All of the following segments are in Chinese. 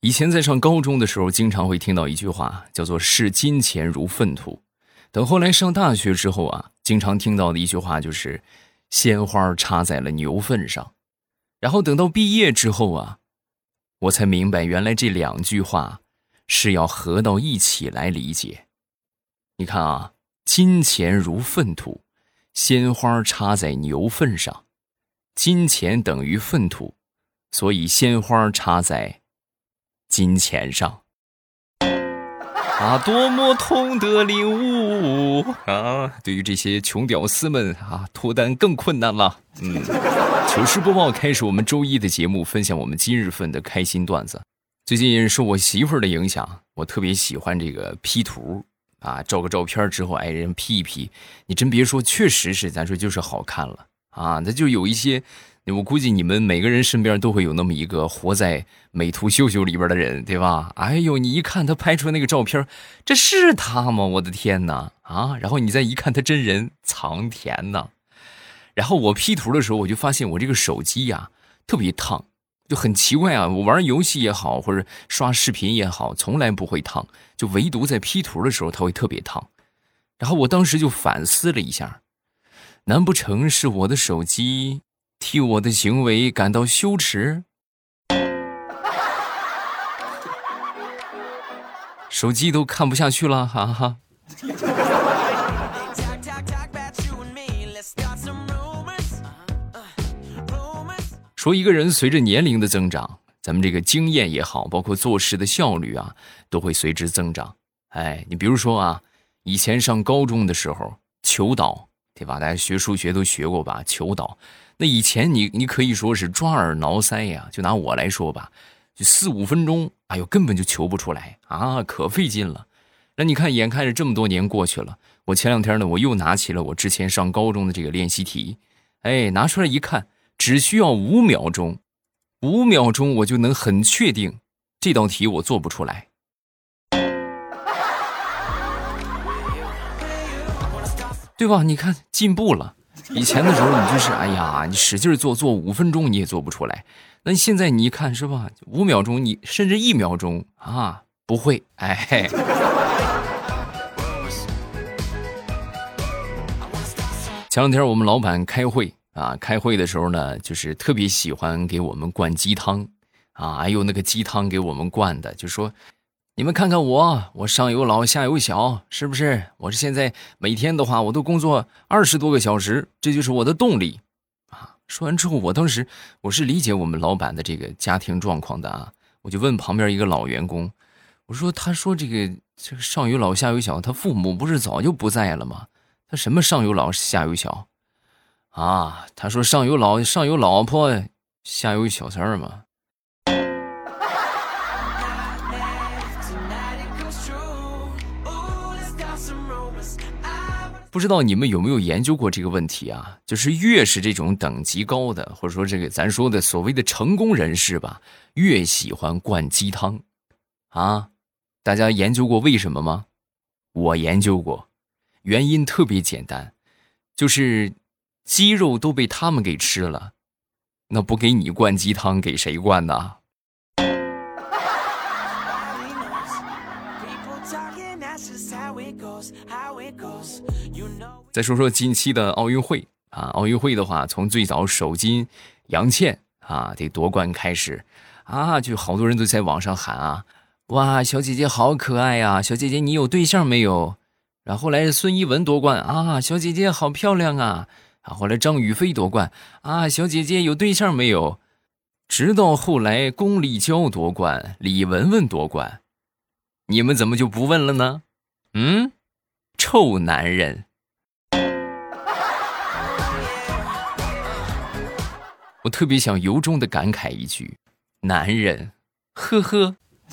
以前在上高中的时候，经常会听到一句话，叫做视金钱如粪土。等后来上大学之后啊，经常听到的一句话就是鲜花插在了牛粪上。然后等到毕业之后啊，我才明白原来这两句话是要合到一起来理解。你看啊，金钱如粪土，鲜花插在牛粪上，金钱等于粪土，所以鲜花插在金钱上。啊，多么痛的领悟啊！对于这些穷屌丝们啊，脱单更困难了。糗事播报开始，我们周一的节目，分享我们今日份的开心段子。最近受我媳妇儿的影响，我特别喜欢这个 P 图啊，照个照片之后，哎，人 P 一 P， 你真别说，确实是，咱说就是好看了啊。那就有一些，我估计你们每个人身边都会有那么一个活在美图秀秀里边的人，对吧？哎呦，你一看他拍出那个照片，这是他吗？我的天哪啊！然后你再一看他真人，藏田呐。然后我 P 图的时候，我就发现我这个手机呀特别烫，就很奇怪啊。我玩游戏也好，或者刷视频也好，从来不会烫，就唯独在 P 图的时候它会特别烫。然后我当时就反思了一下，难不成是我的手机替我的行为感到羞耻？手机都看不下去了，哈哈。说一个人随着年龄的增长，咱们这个经验也好，包括做事的效率啊，都会随之增长。哎，你比如说啊，以前上高中的时候，求导，对吧？大家学数学都学过吧？求导，那以前你可以说是抓耳挠腮呀。就拿我来说吧，就4-5分钟，哎呦，根本就求不出来啊，可费劲了。那你看，眼看着这么多年过去了，我前两天呢，我又拿起了我之前上高中的这个练习题，哎，拿出来一看，只需要5秒钟，5秒钟我就能很确定这道题我做不出来。对吧？你看进步了。以前的时候你就是哎呀，你使劲做5分钟你也做不出来。那现在你一看是吧，5秒钟你甚至1秒钟啊不会，哎。前两天我们老板开会啊，开会的时候呢，就是特别喜欢给我们灌鸡汤啊，哎呦那个鸡汤给我们灌的，就说你们看看我上有老下有小，是不是？我是现在每天的话，我都工作20多个小时，这就是我的动力啊。说完之后，我当时我是理解我们老板的这个家庭状况的啊，我就问旁边一个老员工，我说他说这个上有老下有小，他父母不是早就不在了吗？他什么上有老下有小啊？他说上有老婆下有小三儿嘛。不知道你们有没有研究过这个问题啊？就是越是这种等级高的，或者说这个咱说的所谓的成功人士吧，越喜欢灌鸡汤啊。大家研究过为什么吗？我研究过，原因特别简单，就是鸡肉都被他们给吃了，那不给你灌鸡汤给谁灌呢？再说说近期的奥运会啊，奥运会的话，从最早首金杨倩啊这夺冠开始啊，就好多人都在网上喊啊，哇，小姐姐好可爱呀，小姐姐你有对象没有？然后后来孙一文夺冠啊，小姐姐好漂亮啊。后来张雨霏夺冠啊，小姐姐有对象没有？直到后来龚丽娇夺冠，李雯雯夺冠，你们怎么就不问了呢？臭男人。我特别想由衷的感慨一句，男人，呵呵。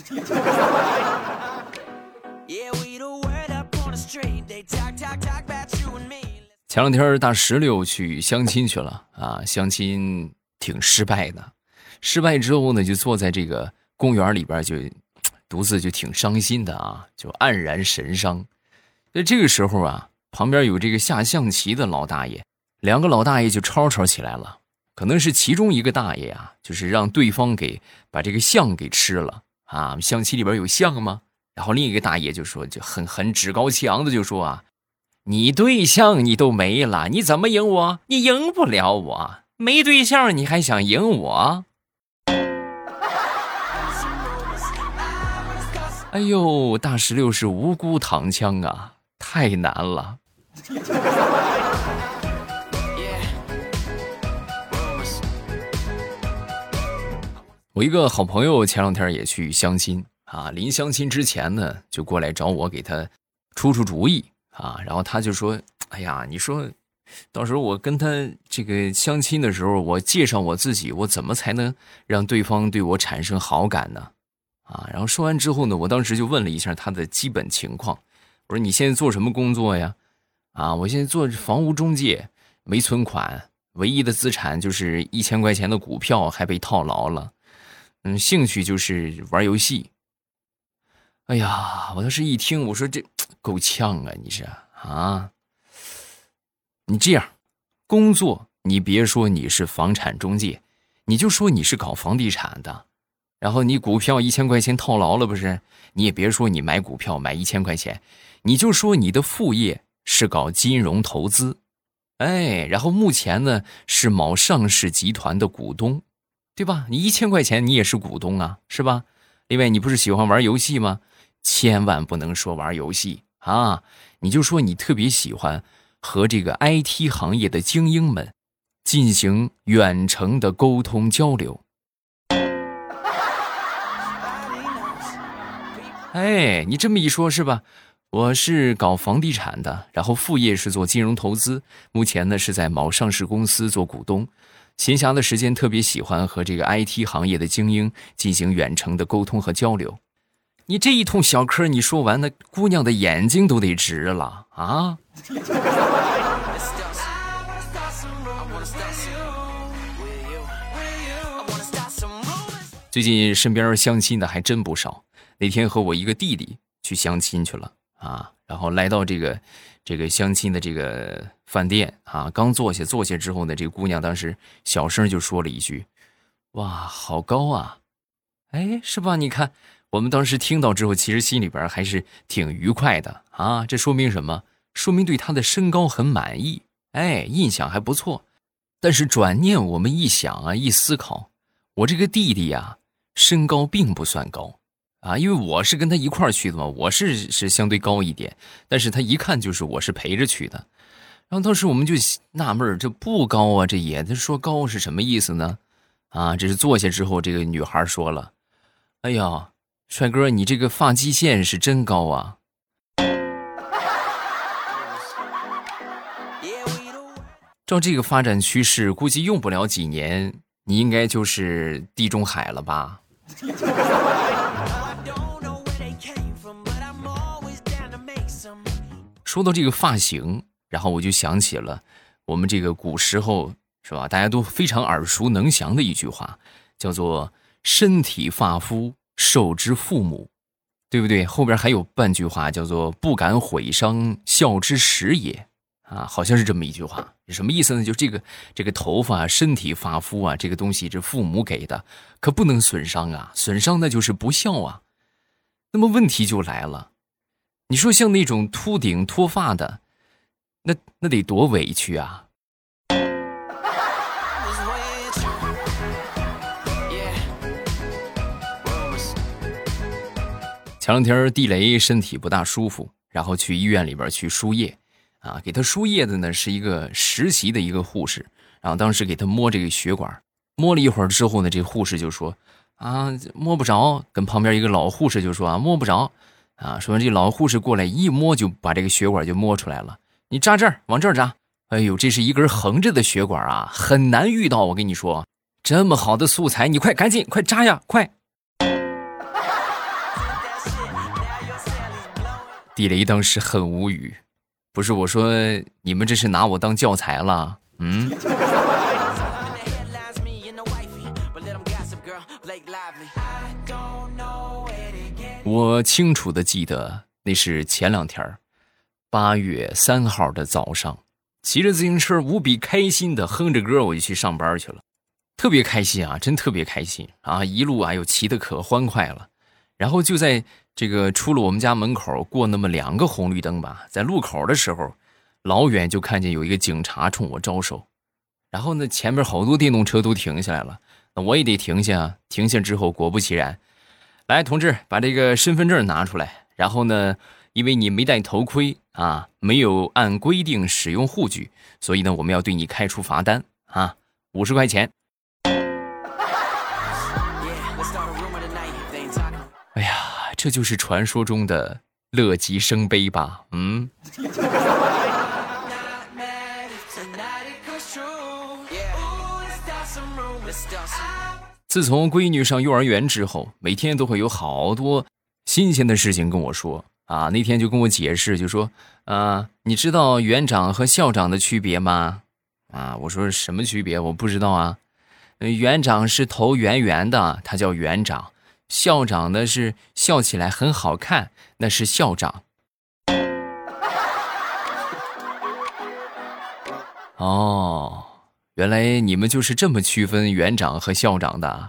前两天大石榴去相亲去了啊，相亲挺失败的，失败之后呢，就坐在这个公园里边就独自就挺伤心的啊，就黯然神伤。在这个时候啊，旁边有这个下象棋的老大爷，两个老大爷就吵吵起来了。可能是其中一个大爷啊，就是让对方给把这个象给吃了啊，象棋里边有象吗？然后另一个大爷就说，就很趾高气扬的就说啊，你对象你都没了，你怎么赢我？你赢不了我，没对象你还想赢我？哎呦，大石榴是无辜躺枪啊，太难了。我一个好朋友前两天也去相亲啊，临相亲之前呢，就过来找我给他出主意啊，然后他就说：“哎呀，你说，到时候我跟他这个相亲的时候，我介绍我自己，我怎么才能让对方对我产生好感呢？”啊，然后说完之后呢，我当时就问了一下他的基本情况，我说：“你现在做什么工作呀？”啊，我现在做房屋中介，没存款，唯一的资产就是1000块钱的股票，还被套牢了。兴趣就是玩游戏。哎呀，我当时一听，我说这够呛啊，你是啊？你这样，工作你别说你是房产中介，你就说你是搞房地产的，然后你股票1000块钱套牢了不是？你也别说你买股票买1000块钱，你就说你的副业是搞金融投资，哎，然后目前呢是某上市集团的股东。对吧？你1000块钱你也是股东啊，是吧？另外你不是喜欢玩游戏吗？千万不能说玩游戏啊，你就说你特别喜欢和这个 IT 行业的精英们进行远程的沟通交流。哎，你这么一说，是吧？我是搞房地产的，然后副业是做金融投资，目前呢是在某上市公司做股东。闲暇的时间特别喜欢和这个 IT 行业的精英进行远程的沟通和交流。你这一通小嗑你说完，那姑娘的眼睛都得直了啊！最近身边相亲的还真不少。那天和我一个弟弟去相亲去了啊，然后来到这个相亲的这个饭店啊，刚坐下之后呢，这个姑娘当时小声就说了一句：“哇，好高啊！”哎，是吧？你看，我们当时听到之后，其实心里边还是挺愉快的啊。这说明什么？说明对她的身高很满意，哎，印象还不错。但是转念我们一想啊，一思考，我这个弟弟呀，身高并不算高。啊，因为我是跟他一块儿去的嘛，我是相对高一点，但是他一看就是我是陪着去的。然后当时我们就纳闷，这不高啊，这也他说高是什么意思呢？啊，这是坐下之后，这个女孩说了：“哎呀，帅哥，你这个发际线是真高啊！”照这个发展趋势，估计用不了几年，你应该就是地中海了吧？说到这个发型，然后我就想起了我们这个古时候是吧，大家都非常耳熟能详的一句话，叫做身体发肤受之父母，对不对？后边还有半句话叫做不敢毁伤孝之始也啊，好像是这么一句话。什么意思呢？就这个头发身体发肤啊，这个东西这父母给的，可不能损伤啊，损伤那就是不孝啊。那么问题就来了，你说像那种秃顶脱发的，那得多委屈啊！前两天地雷身体不大舒服，然后去医院里边去输液啊，给他输液的呢是一个实习的一个护士，然后当时给他摸这个血管，摸了一会儿之后呢，这护士就说啊摸不着，跟旁边一个老护士就说啊摸不着。啊，说完这老护士过来一摸就把这个血管就摸出来了，你扎这儿，往这儿扎。哎呦，这是一根横着的血管啊，很难遇到，我跟你说，这么好的素材，你赶紧快扎呀，快！地雷当时很无语，不是我说你们这是拿我当教材了？嗯。我清楚的记得那是前两天8月3号的早上，骑着自行车无比开心的哼着歌我就去上班去了，特别开心啊，真特别开心啊，一路啊又骑得可欢快了。 然后就在这个出了我们家门口过那么2个红绿灯吧，在路口的时候，老远就看见有一个警察冲我招手，然后呢前面好多电动车都停下来了，那我也得停下啊。停下之后，果不其然，来同志把这个身份证拿出来，然后呢因为你没戴头盔啊，没有按规定使用护具，所以呢我们要对你开出罚单啊，50块钱。哎呀，这就是传说中的乐极生悲吧？自从闺女上幼儿园之后，每天都会有好多新鲜的事情跟我说啊。那天就跟我解释，就说你知道园长和校长的区别吗？啊，我说什么区别？我不知道啊。园长是头圆圆的，他叫园长。校长呢是笑起来很好看，那是校长。哦，原来你们就是这么区分园长和校长的。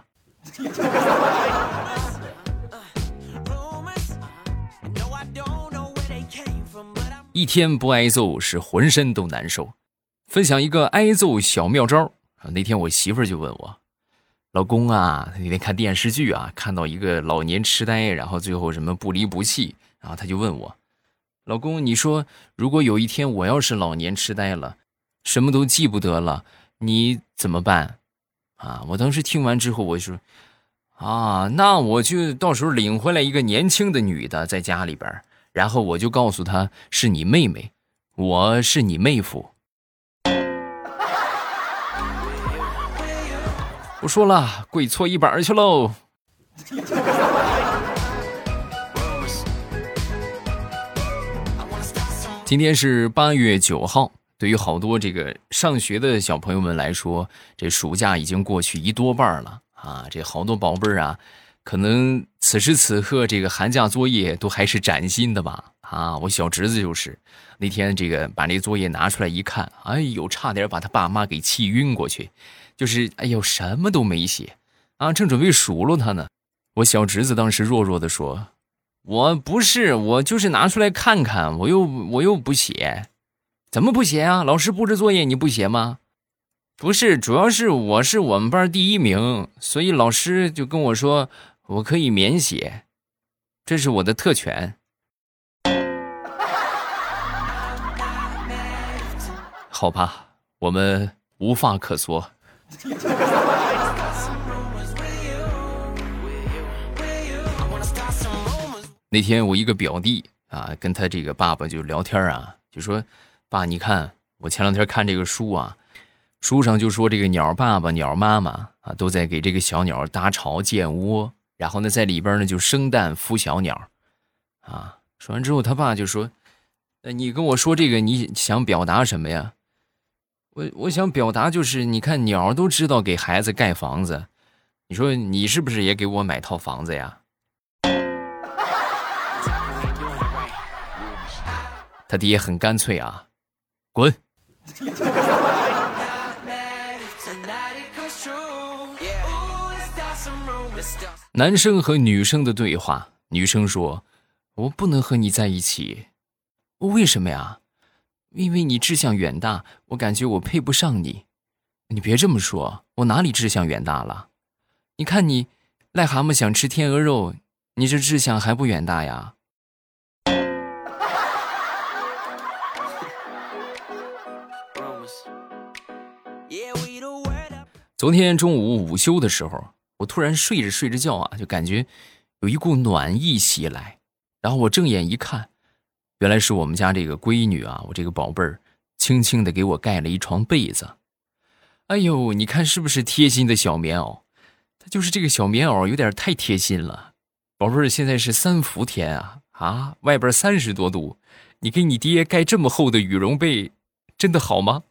一天不挨揍是浑身都难受。分享一个挨揍小妙招。那天我媳妇儿就问我，老公啊，那天看电视剧啊，看到一个老年痴呆，然后最后什么不离不弃，然后他就问我，老公，你说如果有一天我要是老年痴呆了，什么都记不得了，你怎么办？啊，我当时听完之后我就说，啊，那我就到时候领回来一个年轻的女的在家里边，然后我就告诉她是你妹妹，我是你妹夫。不说了，跪搓衣板去喽。今天是8月9号，对于好多这个上学的小朋友们来说，这暑假已经过去1多半了啊！这好多宝贝儿啊，可能此时此刻这个寒假作业都还是崭新的吧？啊，我小侄子就是那天这个把那作业拿出来一看，哎呦，差点把他爸妈给气晕过去，就是哎呦什么都没写啊，正准备数落他呢，我小侄子当时弱弱的说。我不是，我就是拿出来看看，我又不写。怎么不写啊？老师布置作业你不写吗？不是，主要是我是我们班第1名，所以老师就跟我说我可以免写，这是我的特权。好吧，我们无话可说。那天我一个表弟啊，跟他这个爸爸就聊天啊，就说爸，你看我前2天看这个书啊，书上就说这个鸟爸爸鸟妈妈啊都在给这个小鸟搭巢建窝，然后呢在里边呢就生蛋孵小鸟啊。说完之后他爸就说，你跟我说这个你想表达什么呀？我想表达就是你看鸟都知道给孩子盖房子，你说你是不是也给我买套房子呀？他爹很干脆啊，滚！男生和女生的对话，女生说，我不能和你在一起。为什么呀？因为你志向远大，我感觉我配不上你。你别这么说，我哪里志向远大了？你看你癞蛤蟆想吃天鹅肉，你这志向还不远大呀？昨天中午午休的时候，我突然睡着睡着觉啊，就感觉有一股暖意袭来，然后我正眼一看，原来是我们家这个闺女啊，我这个宝贝儿轻轻地给我盖了一床被子。哎呦，你看是不是贴心的小棉袄？它就是这个小棉袄有点太贴心了。宝贝儿，现在是3伏天啊，外边30多度，你给你爹盖这么厚的羽绒被，真的好吗？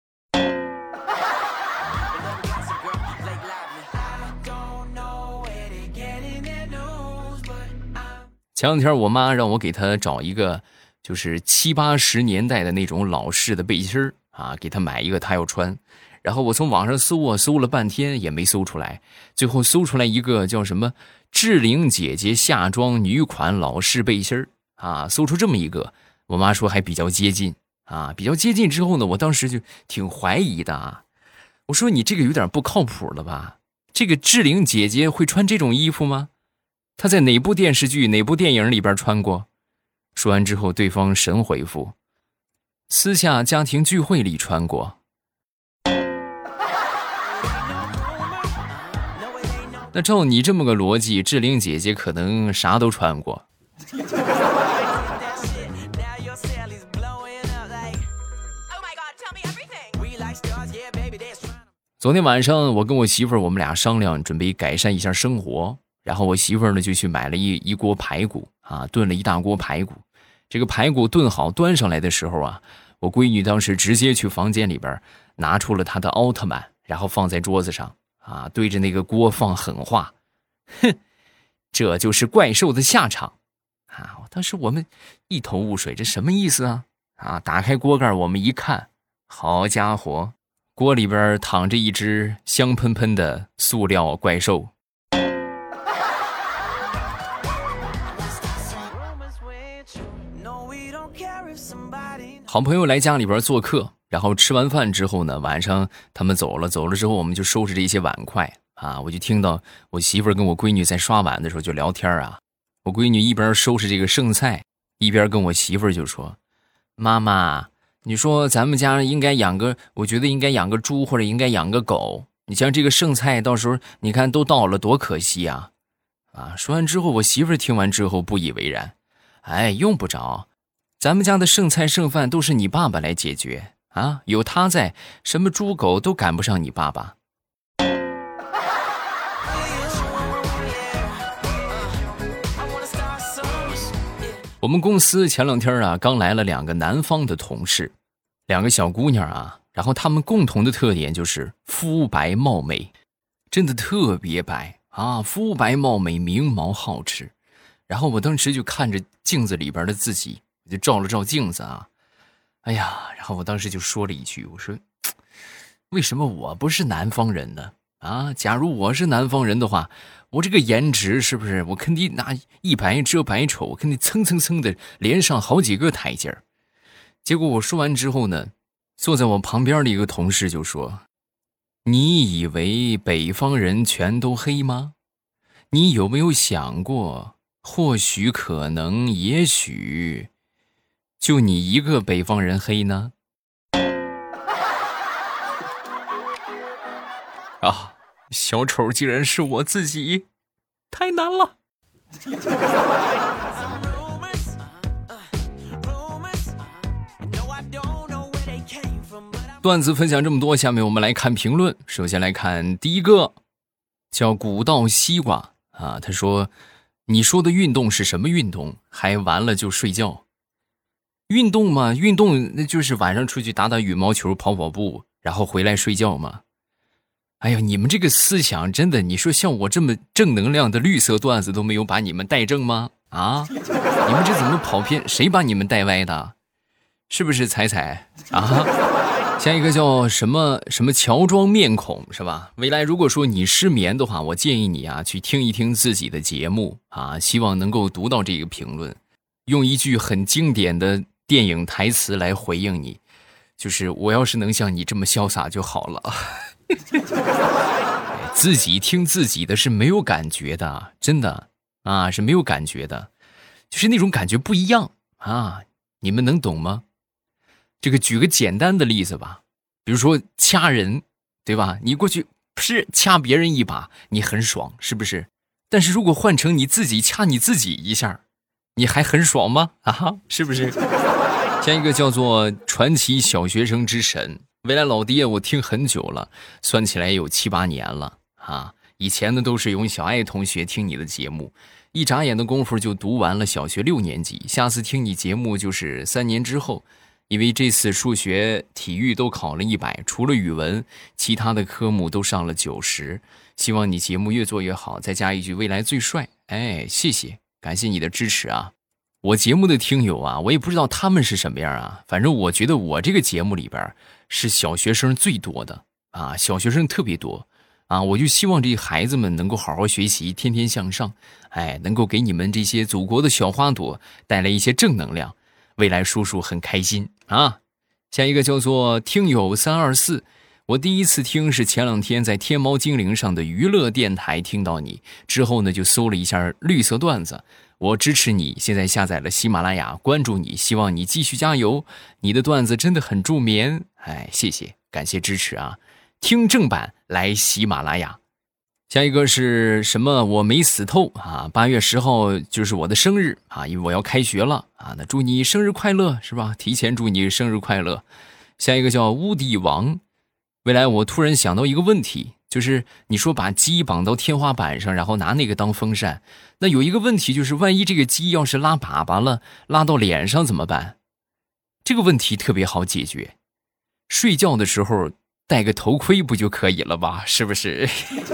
前2天我妈让我给她找一个就是70、80年代的那种老式的背心啊，给她买一个她要穿， 然后我从网上搜了半天也没搜出来，最后搜出来一个叫什么志玲姐姐夏装女款老式背心啊，搜出这么一个，我妈说还比较接近啊，比较接近之后呢，我当时就挺怀疑的啊，我说你这个有点不靠谱了吧？这个志玲姐姐会穿这种衣服吗？她在哪部电视剧哪部电影里边穿过？说完之后对方神回复，私下家庭聚会里穿过。那照你这么个逻辑，志玲姐姐可能啥都穿过。昨天晚上我跟我媳妇儿我们俩商量准备改善一下生活，然后我媳妇儿呢就去买了一锅排骨啊，炖了一大锅排骨。这个排骨炖好端上来的时候啊，我闺女当时直接去房间里边拿出了她的奥特曼，然后放在桌子上啊，对着那个锅放狠话，哼，这就是怪兽的下场啊！当时我们一头雾水，这什么意思啊？啊，打开锅盖我们一看，好家伙，锅里边躺着一只香喷喷的塑料怪兽。好朋友来家里边做客，然后吃完饭之后呢，晚上他们走了之后，我们就收拾这些碗筷啊，我就听到我媳妇儿跟我闺女在刷碗的时候就聊天啊，我闺女一边收拾这个剩菜，一边跟我媳妇儿就说，妈妈，你说咱们家应该养个，我觉得应该养个猪或者应该养个狗，你像这个剩菜到时候你看都倒了多可惜啊。说完之后，我媳妇儿听完之后不以为然，哎，用不着，咱们家的剩菜剩饭都是你爸爸来解决啊，有他在，什么猪狗都赶不上你爸爸。我们公司前2天啊，刚来了2个南方的同事，2个小姑娘啊，然后她们共同的特点就是肤白貌美，真的特别白啊，肤白貌美，明眸皓齿。然后我当时就看着镜子里边的自己，我就照了照镜子啊，哎呀，然后我当时就说了一句，我说为什么我不是南方人呢？啊，假如我是南方人的话，我这个颜值是不是我肯定拿一白遮百丑，我肯定蹭蹭蹭的连上好几个台阶儿。结果我说完之后呢，坐在我旁边的一个同事就说，你以为北方人全都黑吗？你有没有想过，或许可能也许就你一个北方人黑呢？啊，小丑竟然是我自己，太难了。段子分享这么多，下面我们来看评论。首先来看第一个，叫古道西瓜啊，他说，你说的运动是什么运动？还完了就睡觉。运动嘛，运动那就是晚上出去打打羽毛球，跑跑步，然后回来睡觉嘛。哎呦，你们这个思想真的，你说像我这么正能量的绿色段子都没有把你们带正吗？啊，你们这怎么跑偏？谁把你们带歪的？是不是彩彩啊？下一个叫什么什么乔装面孔是吧？未来如果说你失眠的话，我建议你啊去听一听自己的节目啊，希望能够读到这个评论，用一句很经典的电影台词来回应你，就是我要是能像你这么潇洒就好了。自己听自己的是没有感觉的，真的啊，是没有感觉的，就是那种感觉不一样啊，你们能懂吗？这个举个简单的例子吧，比如说掐人，对吧？你过去是掐别人一把，你很爽，是不是？但是如果换成你自己掐你自己一下，你还很爽吗？啊，是不是？下一个叫做传奇小学生之神，未来老爹我听很久了，算起来有7、8年了啊。以前呢都是用小爱同学听你的节目，一眨眼的功夫就读完了小学6年级，下次听你节目就是3年之后。因为这次数学体育都考了100，除了语文其他的科目都上了90，希望你节目越做越好，再加一句未来最帅。哎，谢谢，感谢你的支持啊。我节目的听友啊，我也不知道他们是什么样啊，反正我觉得我这个节目里边是小学生最多的啊，小学生特别多啊，我就希望这些孩子们能够好好学习，天天向上，哎，能够给你们这些祖国的小花朵带来一些正能量。未来叔叔很开心啊。下一个叫做听友324，我第一次听是前2天在天猫精灵上的娱乐电台听到你，之后呢就搜了一下绿色段子，我支持你，现在下载了喜马拉雅，关注你，希望你继续加油，你的段子真的很助眠，哎，谢谢，感谢支持啊。听正版来喜马拉雅。下一个是什么？我没死透啊！8月10号就是我的生日啊，因为我要开学了啊，那祝你生日快乐，是吧？提前祝你生日快乐。下一个叫乌帝王，未来我突然想到一个问题，就是你说把鸡绑到天花板上，然后拿那个当风扇，那有一个问题就是，万一这个鸡要是拉粑粑了，拉到脸上怎么办？这个问题特别好解决，睡觉的时候戴个头盔不就可以了吧？是不是？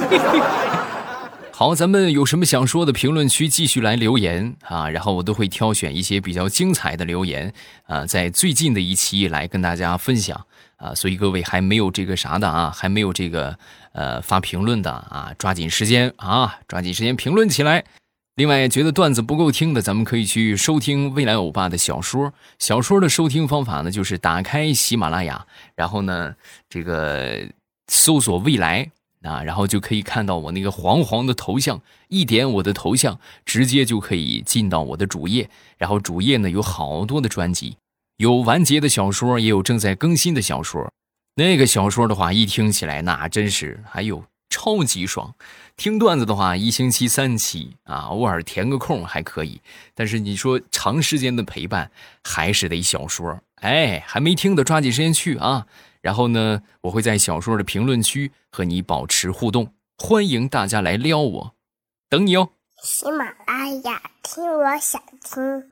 好，咱们有什么想说的，评论区继续来留言啊，然后我都会挑选一些比较精彩的留言啊，在最近的一期来跟大家分享啊，所以各位还没有这个啥的啊，还没有这个发评论的啊，抓紧时间评论起来。另外觉得段子不够听的，咱们可以去收听未来欧巴的小说。小说的收听方法呢，就是打开喜马拉雅，然后呢这个搜索未来啊，然后就可以看到我那个黄黄的头像，一点我的头像直接就可以进到我的主页，然后主页呢有好多的专辑，有完结的小说，也有正在更新的小说。那个小说的话一听起来那真是超级爽。听段子的话1星期3期啊，偶尔填个空还可以，但是你说长时间的陪伴还是得小说。哎，还没听的抓紧时间去啊。然后呢，我会在小说的评论区和你保持互动，欢迎大家来撩我，等你哦。 喜马拉雅听我想听。